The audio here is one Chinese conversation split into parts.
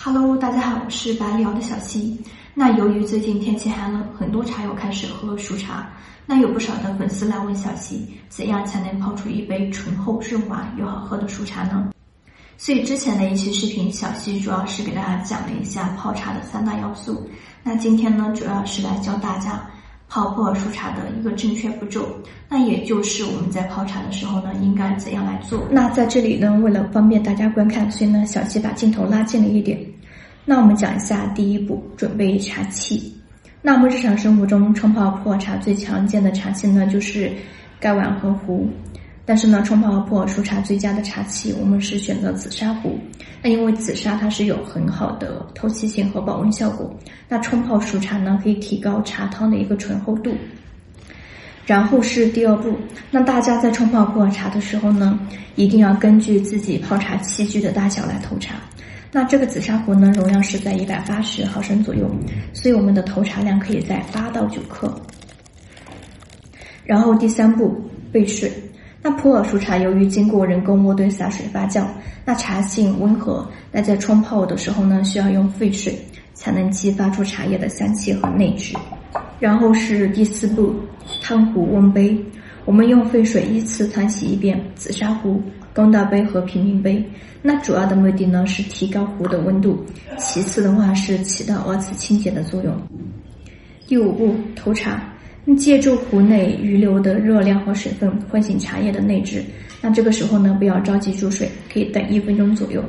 Hello， 大家好，我是百里瑶的小溪。那由于最近天气寒冷，很多茶友开始喝熟茶。那有不少的粉丝来问小溪，怎样才能泡出一杯醇厚润滑又好喝的熟茶呢？所以之前的一期视频，小溪主要是给大家讲了一下泡茶的3大要素。那今天呢，主要是来教大家泡普洱熟茶的一个正确步骤，那也就是我们在泡茶的时候呢，应该怎样来做。那在这里呢，为了方便大家观看，所以呢，小溪把镜头拉近了一点。那我们讲一下第一步，准备茶器。那我们日常生活中冲泡普洱茶最常见的茶器呢，就是盖碗和壶。但是呢，冲泡普洱熟茶最佳的茶器，我们是选择紫砂壶。那因为紫砂它是有很好的透气性和保温效果。那冲泡熟茶呢，可以提高茶汤的一个醇厚度。然后是第二步，那大家在冲泡普洱茶的时候呢，一定要根据自己泡茶器具的大小来投茶。那这个紫砂壶呢，容量是在180毫升左右，所以我们的投茶量可以在8到9克。然后第三步，沸水。那普洱熟茶由于经过人工渥堆洒水发酵，那茶性温和，那在冲泡的时候呢，需要用沸水才能激发出茶叶的香气和内质。然后是第四步，汤壶温杯。我们用沸水依次汤洗一遍紫砂壶、公道杯和平民杯。那主要的目的呢是提高壶的温度，其次的话是起到2次清洁的作用。第五步，投茶。借助壶内余留的热量和水分唤醒茶叶的内质。那这个时候呢，不要着急注水，可以等1分钟左右。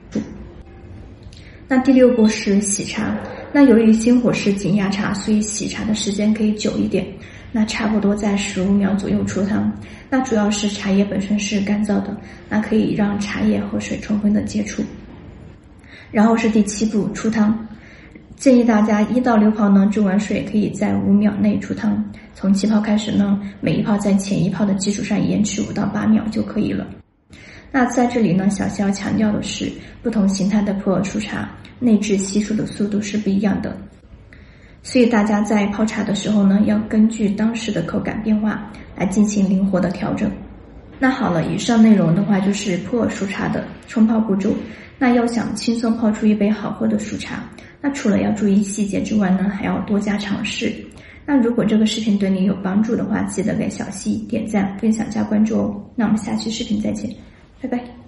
那第六步是洗茶。那由于新火是紧压茶，所以洗茶的时间可以久一点。那差不多在15秒左右出汤。那主要是茶叶本身是干燥的，那可以让茶叶和水充分的接触。然后是第七步，出汤。建议大家1到6泡呢，注完水可以在5秒内出汤。从起泡开始呢，每一泡在前一泡的基础上延迟5到8秒就可以了。那在这里呢，小溪要强调的是，不同形态的普洱熟茶内质吸收的速度是不一样的，所以大家在泡茶的时候呢，要根据当时的口感变化来进行灵活的调整。那好了，以上内容的话就是普洱熟茶的冲泡步骤。那要想轻松泡出一杯好喝的熟茶，那除了要注意细节之外呢，还要多加尝试。那如果这个视频对你有帮助的话，记得给小溪点赞、分享加关注哦。那我们下期视频再见，拜拜。